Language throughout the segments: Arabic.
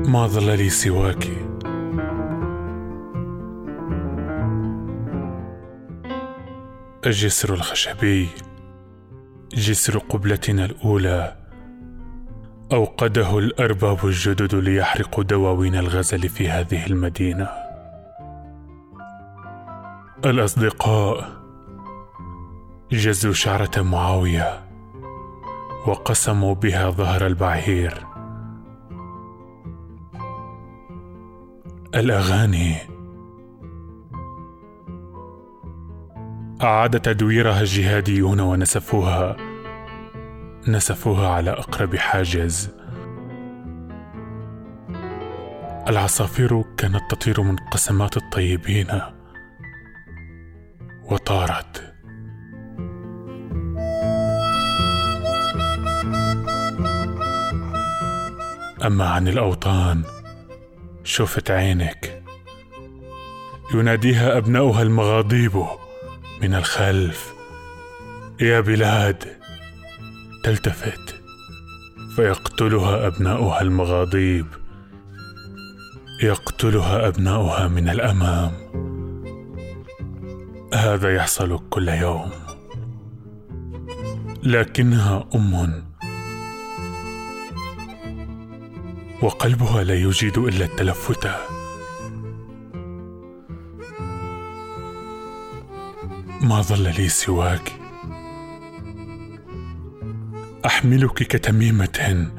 ما ظل لي سواك. الجسر الخشبي، جسر قبلتنا الأولى، أوقده الأرباب الجدد ليحرقوا دواوين الغزل في هذه المدينة. الأصدقاء جزوا شعرة معاوية وقسموا بها ظهر البعير. الأغاني أعاد تدويرها الجهاديون ونسفوها على أقرب حاجز. العصافير كانت تطير من قسمات الطيبين وطارت. أما عن الأوطان شوفت عينك، يناديها أبناؤها المغاضيب من الخلف: يا بلاد. تلتفت فيقتلها أبناؤها المغاضيب، يقتلها أبناؤها من الأمام. هذا يحصل كل يوم، لكنها أم وقلبها لا يجيد إلا التلفت. ما ظل لي سواك، أحملك كتميمة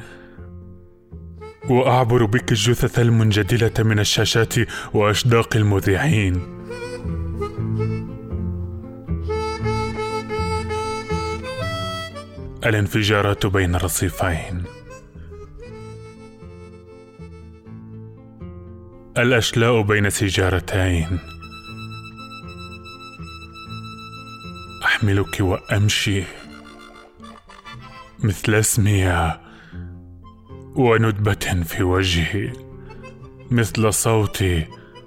وأعبر بك الجثث المنجدلة من الشاشات وأشداق المذيعين. الانفجارات بين الرصيفين، الأشلاء بين سيجارتين. أحملك وأمشي مثل اسمي وندبة في وجهي، مثل صوتي.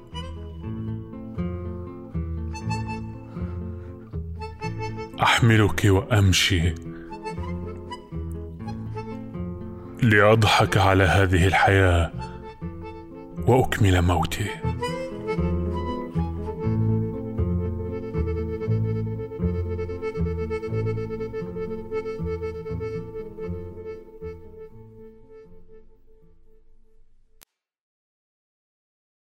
أحملك وأمشي لأضحك على هذه الحياة وأكمل موتي.